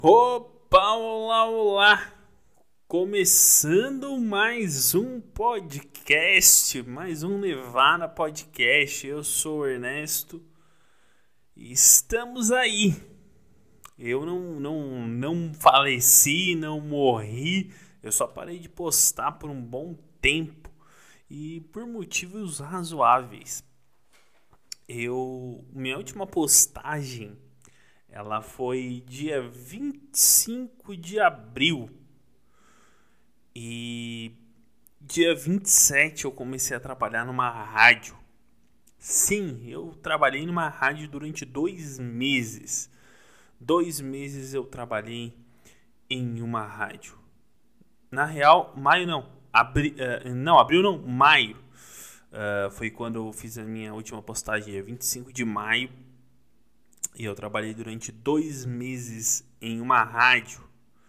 Opa, olá, olá! Começando mais um podcast, mais um Nevada Podcast. Eu sou o Ernesto e estamos aí. Eu não faleci, não morri, eu só parei de postar por um bom tempo e por motivos razoáveis. Minha última postagem ela foi dia 25 de abril. E dia 27 eu comecei a trabalhar numa rádio. Sim, eu trabalhei numa rádio durante 2 meses. 2 meses eu trabalhei em uma rádio. Na real, maio não. Abril não, maio. Foi quando eu fiz a minha última postagem, dia 25 de maio. E eu trabalhei durante 2 meses em uma rádio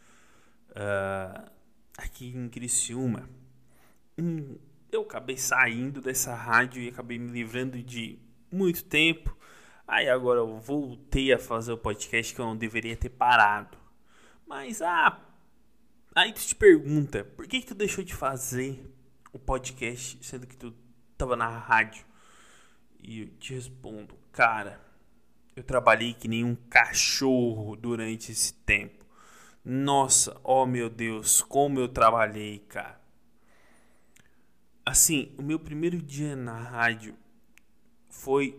aqui em Criciúma. Eu acabei saindo dessa rádio e acabei me livrando de muito tempo. Aí agora eu voltei a fazer o podcast que eu não deveria ter parado. Mas, aí tu te pergunta, por que tu deixou de fazer o podcast sendo que tu tava na rádio? E eu te respondo, cara, eu trabalhei que nem um cachorro durante esse tempo. Nossa, oh meu Deus, como eu trabalhei, cara. Assim, o meu primeiro dia na rádio foi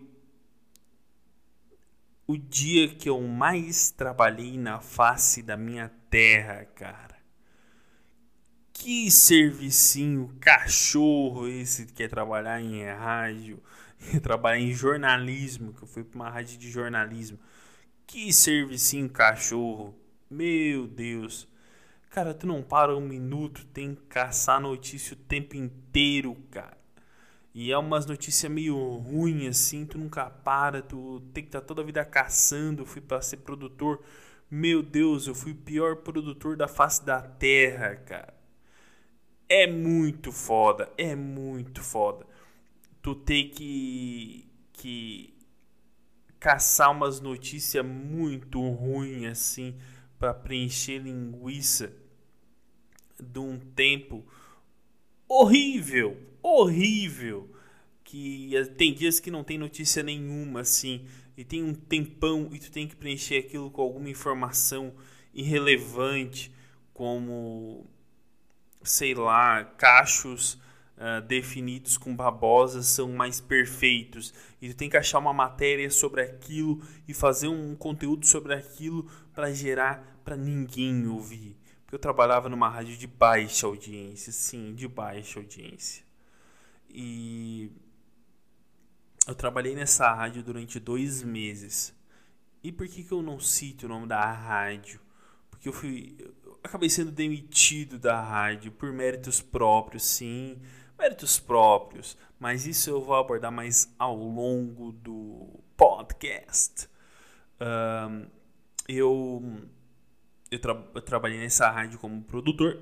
o dia que eu mais trabalhei na face da minha terra, cara. Que servicinho cachorro esse que quer trabalhar em rádio, trabalhar em jornalismo, que eu fui para uma rádio de jornalismo. Que servicinho cachorro. Meu Deus. Cara, tu não para um minuto, tem que caçar notícia o tempo inteiro, cara. E é umas notícias meio ruins assim, tu nunca para, tu tem que estar toda a vida caçando. Eu fui para ser produtor. Meu Deus, eu fui o pior produtor da face da terra, cara. É muito foda, é muito foda. Tu tem que caçar umas notícias muito ruins assim para preencher linguiça de um tempo horrível, horrível, que tem dias que não tem notícia nenhuma assim, e tem um tempão e tu tem que preencher aquilo com alguma informação irrelevante, como, sei lá, cachos definidos com babosas são mais perfeitos, e tu tem que achar uma matéria sobre aquilo e fazer um conteúdo sobre aquilo para gerar para ninguém ouvir. Porque eu trabalhava numa rádio de baixa audiência, sim, de baixa audiência. E eu trabalhei nessa rádio durante 2 meses. E por que eu não cito o nome da rádio? Porque eu acabei sendo demitido da rádio por méritos próprios, sim, méritos próprios. Mas isso eu vou abordar mais ao longo do podcast. Um, eu eu trabalhei nessa rádio como produtor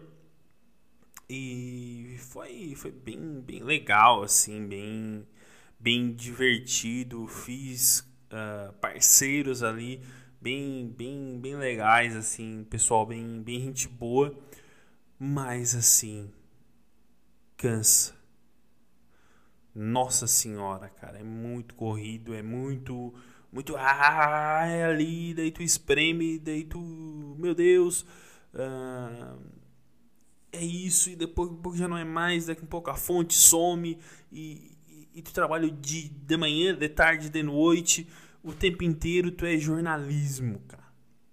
e foi bem legal, assim, bem divertido. Fiz parceiros ali bem legais, assim, pessoal bem gente boa, mas assim, cansa. Nossa senhora, cara, é muito corrido, é muito é ali, daí tu espreme, daí tu, meu Deus, ah, é isso, e depois um pouco já não é mais, daqui a pouco a fonte some e tu trabalha de manhã, de tarde, de noite, o tempo inteiro tu é jornalismo, cara.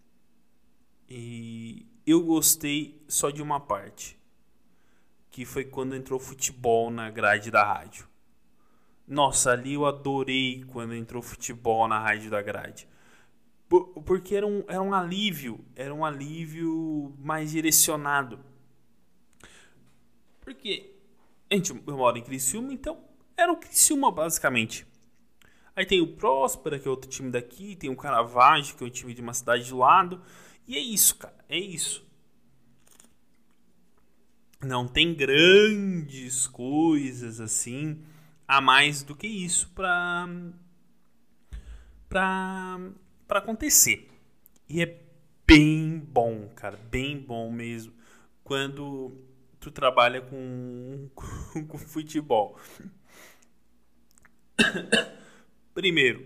E eu gostei só de uma parte, que foi quando entrou futebol na grade da rádio. Nossa, ali eu adorei quando entrou futebol na rádio da grade. Porque era um alívio mais direcionado. Porque eu moro em Criciúma, então era o Criciúma basicamente. Aí tem o Próspera, que é outro time daqui, tem o Caravaggio, que é um time de uma cidade do lado. E é isso, cara, é isso. Não tem grandes coisas assim a mais do que isso pra acontecer. E é bem bom, cara, bem bom mesmo. Quando tu trabalha com futebol. Primeiro,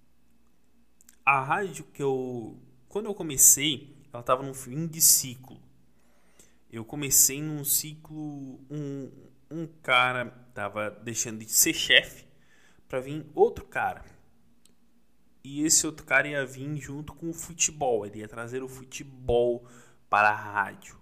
a rádio quando eu comecei, ela estava no fim de ciclo. Eu comecei num ciclo, um cara tava deixando de ser chefe para vir outro cara. E esse outro cara ia vir junto com o futebol. Ele ia trazer o futebol para a rádio.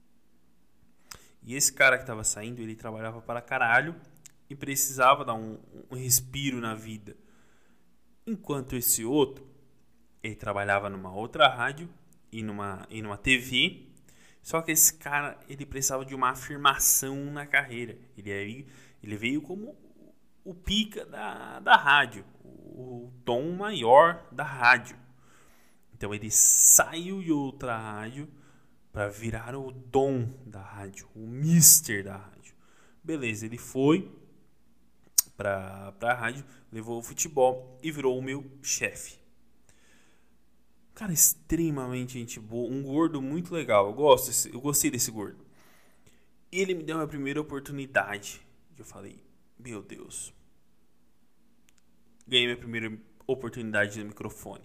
E esse cara que tava saindo, ele trabalhava para caralho e precisava dar um respiro na vida. Enquanto esse outro, ele trabalhava numa outra rádio e numa TV. Só que esse cara, ele precisava de uma afirmação na carreira. Ele veio como o pica da rádio, o tom maior da rádio. Então ele saiu de outra rádio para virar o dom da rádio, o mister da rádio. Beleza, ele foi para a rádio, levou o futebol e virou o meu chefe. Cara, extremamente gente boa, um gordo muito legal. Eu gostei desse gordo. Ele me deu a primeira oportunidade. Eu falei, meu Deus. Ganhei minha primeira oportunidade no microfone.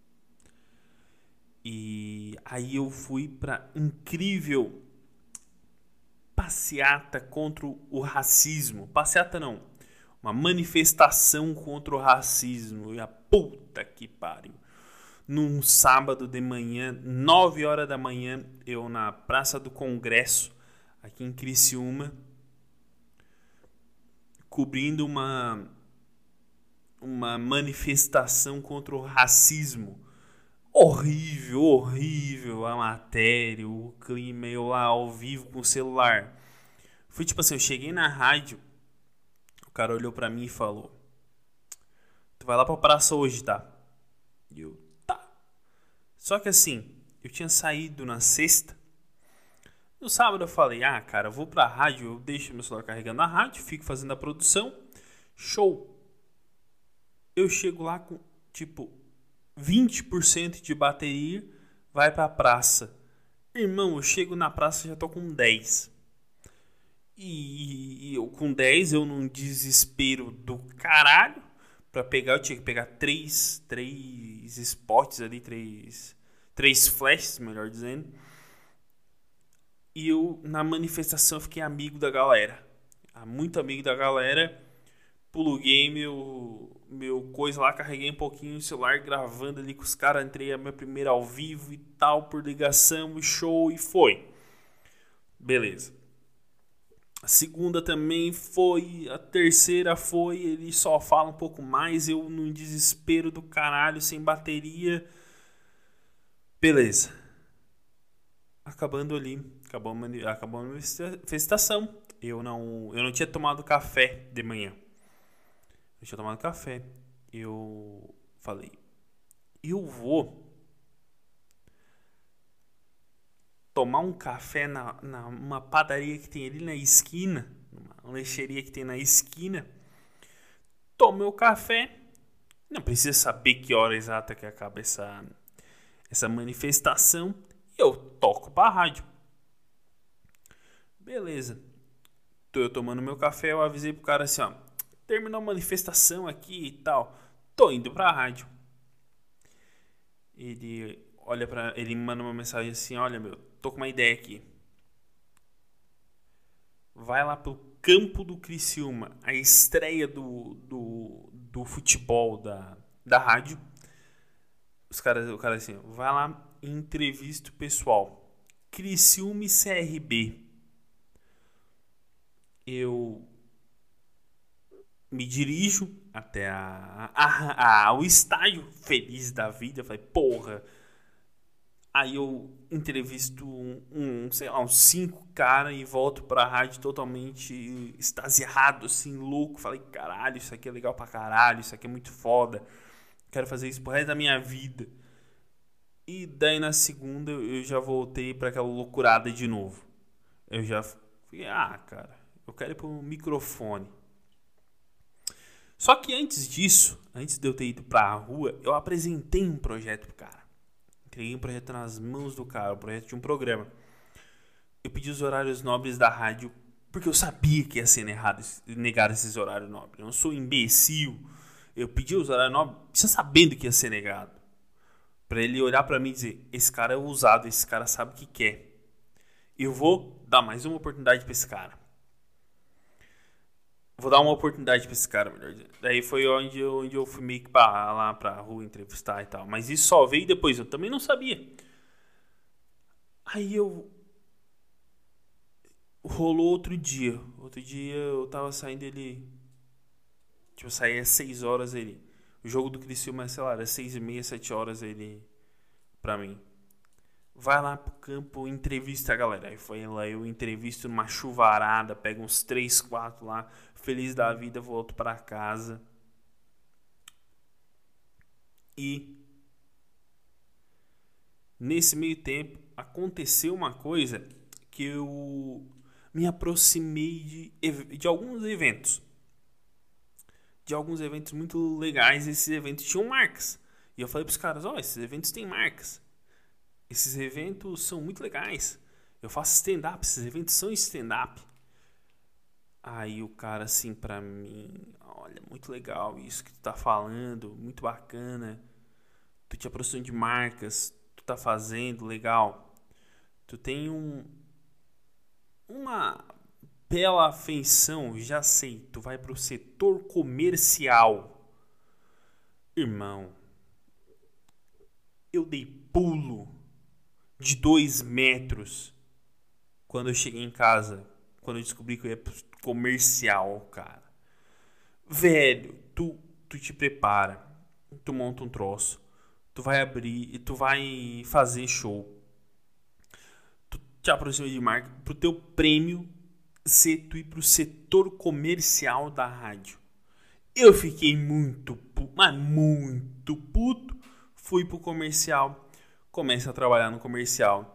E aí eu fui pra incrível passeata contra o racismo. Passeata não. Uma manifestação contra o racismo. E a puta que pariu. Num sábado de manhã, 9 horas da manhã, eu na Praça do Congresso, aqui em Criciúma, cobrindo uma manifestação contra o racismo. Horrível, horrível a matéria, o clima, eu lá ao vivo com o celular. Foi tipo assim, eu cheguei na rádio, o cara olhou pra mim e falou, tu vai lá pra praça hoje, tá? E eu, tá. Só que assim, eu tinha saído na sexta. No sábado eu falei, cara, eu vou pra rádio, eu deixo meu celular carregando na rádio, fico fazendo a produção, show. Eu chego lá com, tipo, 20% de bateria, vai pra praça. Irmão, eu chego na praça e já tô com 10. E eu com 10, eu num desespero do caralho, pra pegar, eu tinha que pegar 3 spots ali, 3 flashes, melhor dizendo. E eu, na manifestação, fiquei amigo da galera. Muito amigo da galera. Pluguei meu coisa lá, carreguei um pouquinho o celular, gravando ali com os caras. Entrei a minha primeira ao vivo e tal, por ligação e show, e foi. Beleza. A segunda também foi, a terceira foi, ele só fala um pouco mais, eu num desespero do caralho, sem bateria. Beleza. Acabando ali, acabou a manifestação. Eu não tinha tomado café de manhã. Eu tinha tomado café. Eu falei, eu vou tomar um café numa padaria que tem ali na esquina, uma lancheria que tem na esquina. Tomei o café. Não precisa saber que hora exata que acaba essa manifestação. E eu toco pra rádio. Beleza. Tô eu tomando meu café, eu avisei pro cara assim, ó, terminou a manifestação aqui e tal. Tô indo pra rádio. Ele me manda uma mensagem assim, olha, meu, tô com uma ideia aqui. Vai lá pro campo do Criciúma, a estreia do futebol da rádio. O cara assim, vai lá e entrevista o pessoal. Criciúma e CRB. Eu me dirijo até ao estádio, feliz da vida. Falei, porra. Aí eu entrevisto sei lá, uns 5 caras e volto pra rádio totalmente extasiado, assim, louco. Falei, caralho, isso aqui é legal pra caralho, isso aqui é muito foda. Quero fazer isso pro resto da minha vida. E daí na segunda eu já voltei pra aquela loucurada de novo. Eu já fiquei, cara, eu quero ir pro microfone. Só que antes disso, antes de eu ter ido pra rua, eu apresentei um projeto pro cara. Entreguei um projeto nas mãos do cara, um projeto de um programa. Eu pedi os horários nobres da rádio porque eu sabia que ia ser negado esses horários nobres. Eu não sou imbecil. Eu pedi os horários nobres já sabendo que ia ser negado. Pra ele olhar pra mim e dizer, esse cara é ousado, esse cara sabe o que quer. Eu vou dar mais uma oportunidade pra esse cara. Vou dar uma oportunidade pra esse cara, melhor dizendo. Daí foi onde eu fui meio que lá pra rua entrevistar e tal. Mas isso só veio depois, eu também não sabia. Aí rolou outro dia. Outro dia eu tava saindo, ele... Tipo, eu saía às 6 horas, ele... O jogo do Criciúma, sei lá, era 6h30, 7 horas, ele... Pra mim. Vai lá pro campo, entrevista a galera. Aí foi lá, eu entrevisto numa chuvarada, pego uns 3, 4 lá, feliz da vida, volto pra casa. E nesse meio tempo aconteceu uma coisa que eu me aproximei de alguns eventos. De alguns eventos muito legais, esses eventos tinham marcas. E eu falei pros caras, esses eventos têm marcas. Esses eventos são muito legais. Eu faço stand-up, esses eventos são stand-up. Aí o cara assim pra mim, olha, muito legal isso que tu tá falando, muito bacana. Tu te aproxima de marcas, tu tá fazendo, legal. Tu tem uma bela afeição, já sei, tu vai pro setor comercial. Irmão, eu dei pulo de 2 metros quando eu cheguei em casa, quando eu descobri que eu ia pro comercial, cara. Velho, tu te prepara, tu monta um troço, tu vai abrir e tu vai fazer show. Tu te aproxima de marca pro teu prêmio ser tu ir pro setor comercial da rádio. Eu fiquei muito puto, mas muito puto. Fui pro comercial, começo a trabalhar no comercial.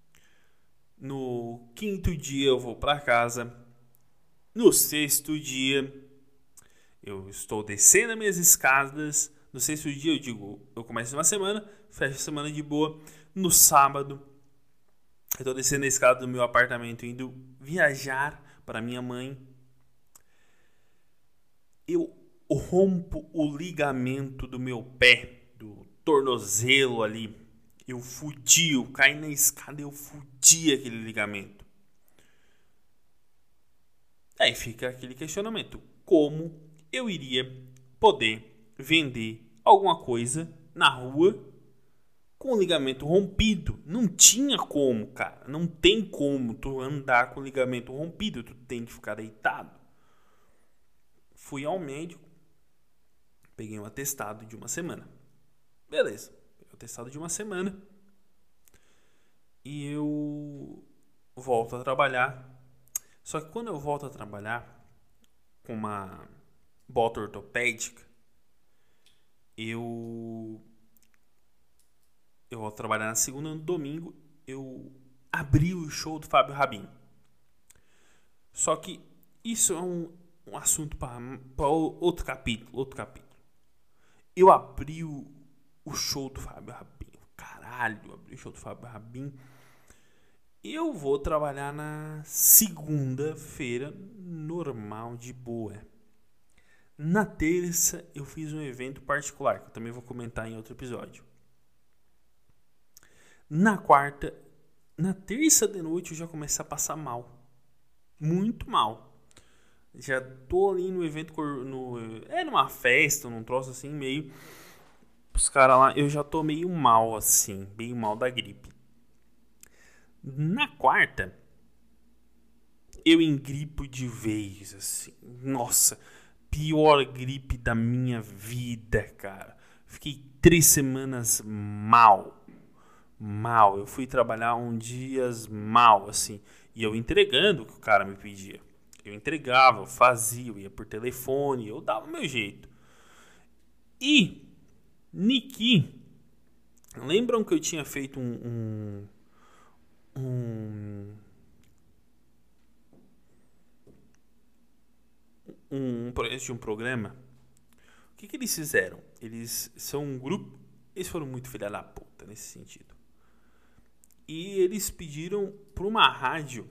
No 5º dia eu vou pra casa. No 6º dia eu estou descendo as minhas escadas. No 6º dia eu digo, eu começo uma semana, fecho a semana de boa. No sábado eu estou descendo a escada do meu apartamento, indo viajar para minha mãe. Eu rompo o ligamento do meu pé, do tornozelo ali. Eu caí na escada e eu fudi aquele ligamento. Aí fica aquele questionamento: como eu iria poder vender alguma coisa na rua com o ligamento rompido? Não tinha como, cara. Não tem como tu andar com o ligamento rompido. Tu tem que ficar deitado. Fui ao médico, peguei um atestado de uma semana. Beleza, peguei um atestado de uma semana. E eu volto a trabalhar. Só que quando eu volto a trabalhar com uma bota ortopédica, eu volto a trabalhar na segunda, no domingo eu abri o show do Fábio Rabin. Só que isso é um assunto para outro capítulo. Eu abri o show do Fábio Rabin. Caralho, eu abri o show do Fábio Rabin. Eu vou trabalhar na segunda-feira, normal, de boa. Na terça, eu fiz um evento particular, que eu também vou comentar em outro episódio. Na quarta, na terça de noite, eu já comecei a passar mal. Muito mal. Já tô ali no evento, numa festa, num troço assim, meio... Os caras lá, eu já tô meio mal, assim, meio mal da gripe. Na quarta, eu engripo de vez, assim. Nossa, pior gripe da minha vida, cara. Fiquei 3 semanas mal. Eu fui trabalhar dias mal, assim. E eu entregando o que o cara me pedia. Eu entregava, eu fazia, eu ia por telefone, eu dava o meu jeito. E, Niki, lembram que eu tinha feito um projeto de um programa? O que eles fizeram? Eles são um grupo. Eles foram muito filha da puta nesse sentido. E eles pediram para uma rádio,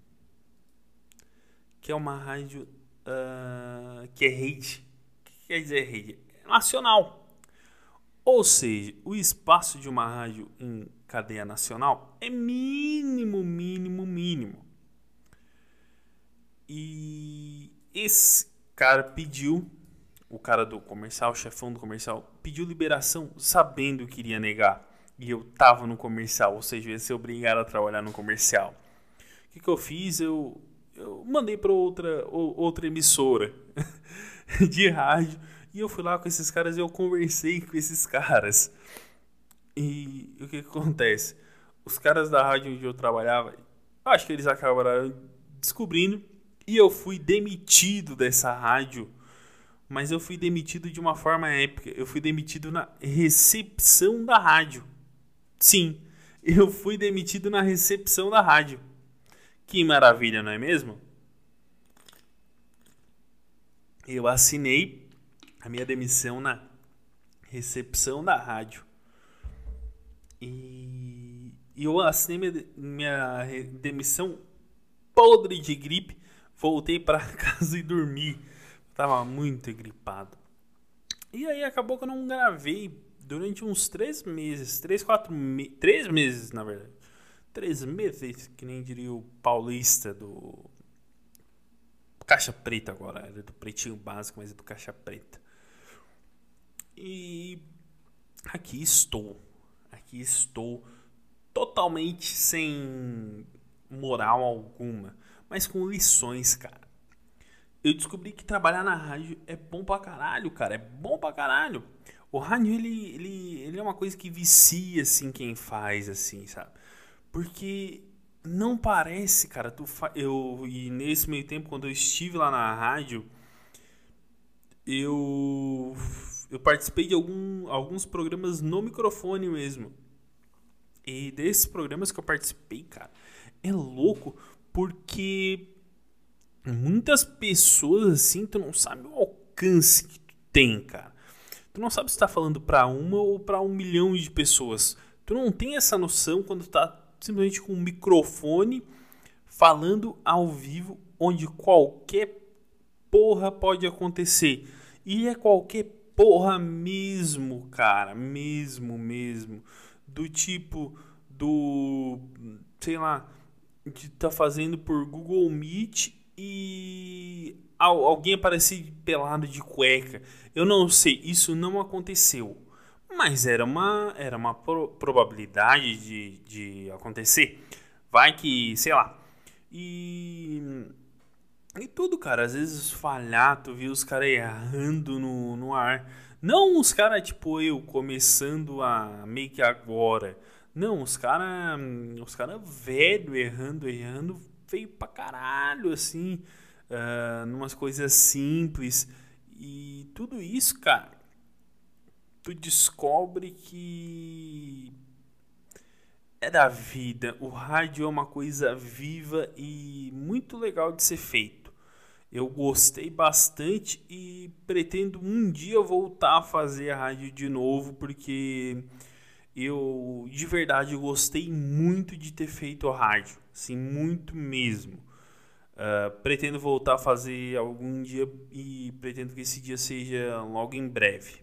que é uma rádio que é rede. O que quer dizer rede? É nacional. Ou seja, o espaço de uma rádio em cadeia nacional é mínimo. E esse cara pediu, o cara do comercial, o chefão do comercial, pediu liberação sabendo que iria negar. E eu tava no comercial, ou seja, eu ia ser obrigado a trabalhar no comercial. O que eu fiz? Eu mandei para outra emissora de rádio. E eu fui lá com esses caras e eu conversei com esses caras. E o que acontece? Os caras da rádio onde eu trabalhava, acho que eles acabaram descobrindo. E eu fui demitido dessa rádio. Mas eu fui demitido de uma forma épica. Eu fui demitido na recepção da rádio. Sim, eu fui demitido na recepção da rádio. Que maravilha, não é mesmo? Eu assinei a minha demissão na recepção da rádio. E eu assinei minha demissão podre de gripe. Voltei para casa e dormi. Tava muito gripado. E aí acabou que eu não gravei durante uns 3 meses. 3 meses, na verdade. 3 meses, que nem diria o paulista do Caixa Preta agora. Ele é do Pretinho Básico, mas é do Caixa Preta. E aqui estou totalmente sem moral alguma, mas com lições, cara. Eu descobri que trabalhar na rádio é bom pra caralho, cara. É bom pra caralho. O rádio, ele é uma coisa que vicia, assim, quem faz, assim, sabe? Porque não parece, cara. E nesse meio tempo, quando eu estive lá na rádio, eu participei de alguns programas no microfone mesmo. E desses programas que eu participei, cara, é louco porque muitas pessoas, assim, tu não sabe o alcance que tu tem, cara. Tu não sabe se tá falando pra uma ou pra 1 milhão de pessoas. Tu não tem essa noção quando tu tá simplesmente com um microfone falando ao vivo, onde qualquer porra pode acontecer. E é qualquer porra mesmo, cara. Mesmo. Do tipo, sei lá, de tá fazendo por Google Meet e alguém aparecer pelado de cueca. Eu não sei, isso não aconteceu. Mas era uma probabilidade de acontecer. Vai que, sei lá. E tudo, cara. Às vezes falhar, tu viu os caras errando no ar. Não os caras, tipo eu, começando a meio que agora. Não, os caras velho errando feio pra caralho, assim. Numas coisas simples. E tudo isso, cara, tu descobre que é da vida. O rádio é uma coisa viva e muito legal de ser feito. Eu gostei bastante e pretendo um dia voltar a fazer a rádio de novo, porque eu de verdade gostei muito de ter feito a rádio, assim, muito mesmo. Pretendo voltar a fazer algum dia e pretendo que esse dia seja logo em breve.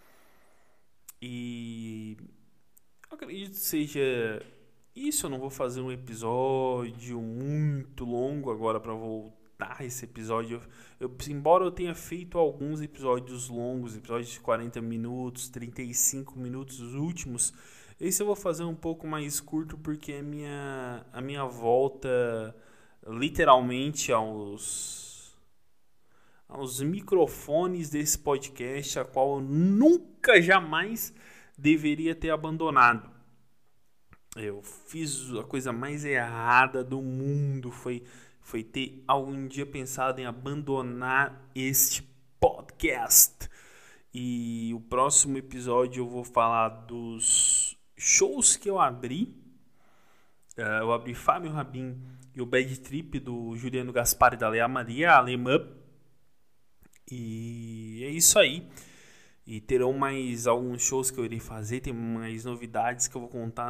E eu acredito que seja isso. Eu não vou fazer um episódio muito longo agora para voltar esse episódio. Embora eu tenha feito alguns episódios longos, episódios de 40 minutos, 35 minutos, os últimos, esse eu vou fazer um pouco mais curto porque a minha volta literalmente aos microfones desse podcast, a qual eu nunca, jamais deveria ter abandonado. Eu fiz a coisa mais errada do mundo, foi ter algum dia pensado em abandonar este podcast. E o próximo episódio eu vou falar dos shows que eu abri. Eu abri Fábio Rabin e o Bad Trip do Juliano Gaspar e da Lea Maria, a alemã. E é isso aí. E terão mais alguns shows que eu irei fazer, tem mais novidades que eu vou contar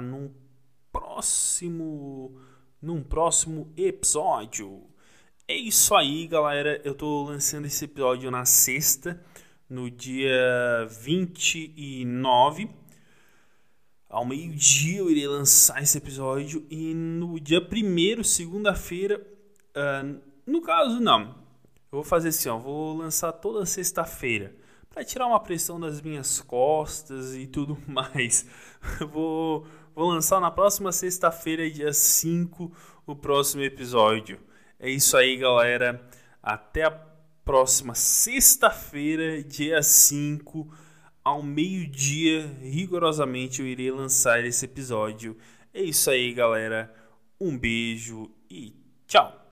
num próximo episódio. É isso aí, galera. Eu tô lançando esse episódio na sexta, no dia 29. Ao meio-dia eu irei lançar esse episódio. E no dia 1º, segunda-feira, no caso não, eu vou fazer assim, ó, vou lançar toda sexta-feira para tirar uma pressão das minhas costas e tudo mais. Vou lançar na próxima sexta-feira, dia 5, o próximo episódio. É isso aí, galera. Até a próxima sexta-feira, dia 5, ao meio-dia, rigorosamente, eu irei lançar esse episódio. É isso aí, galera. Um beijo e tchau!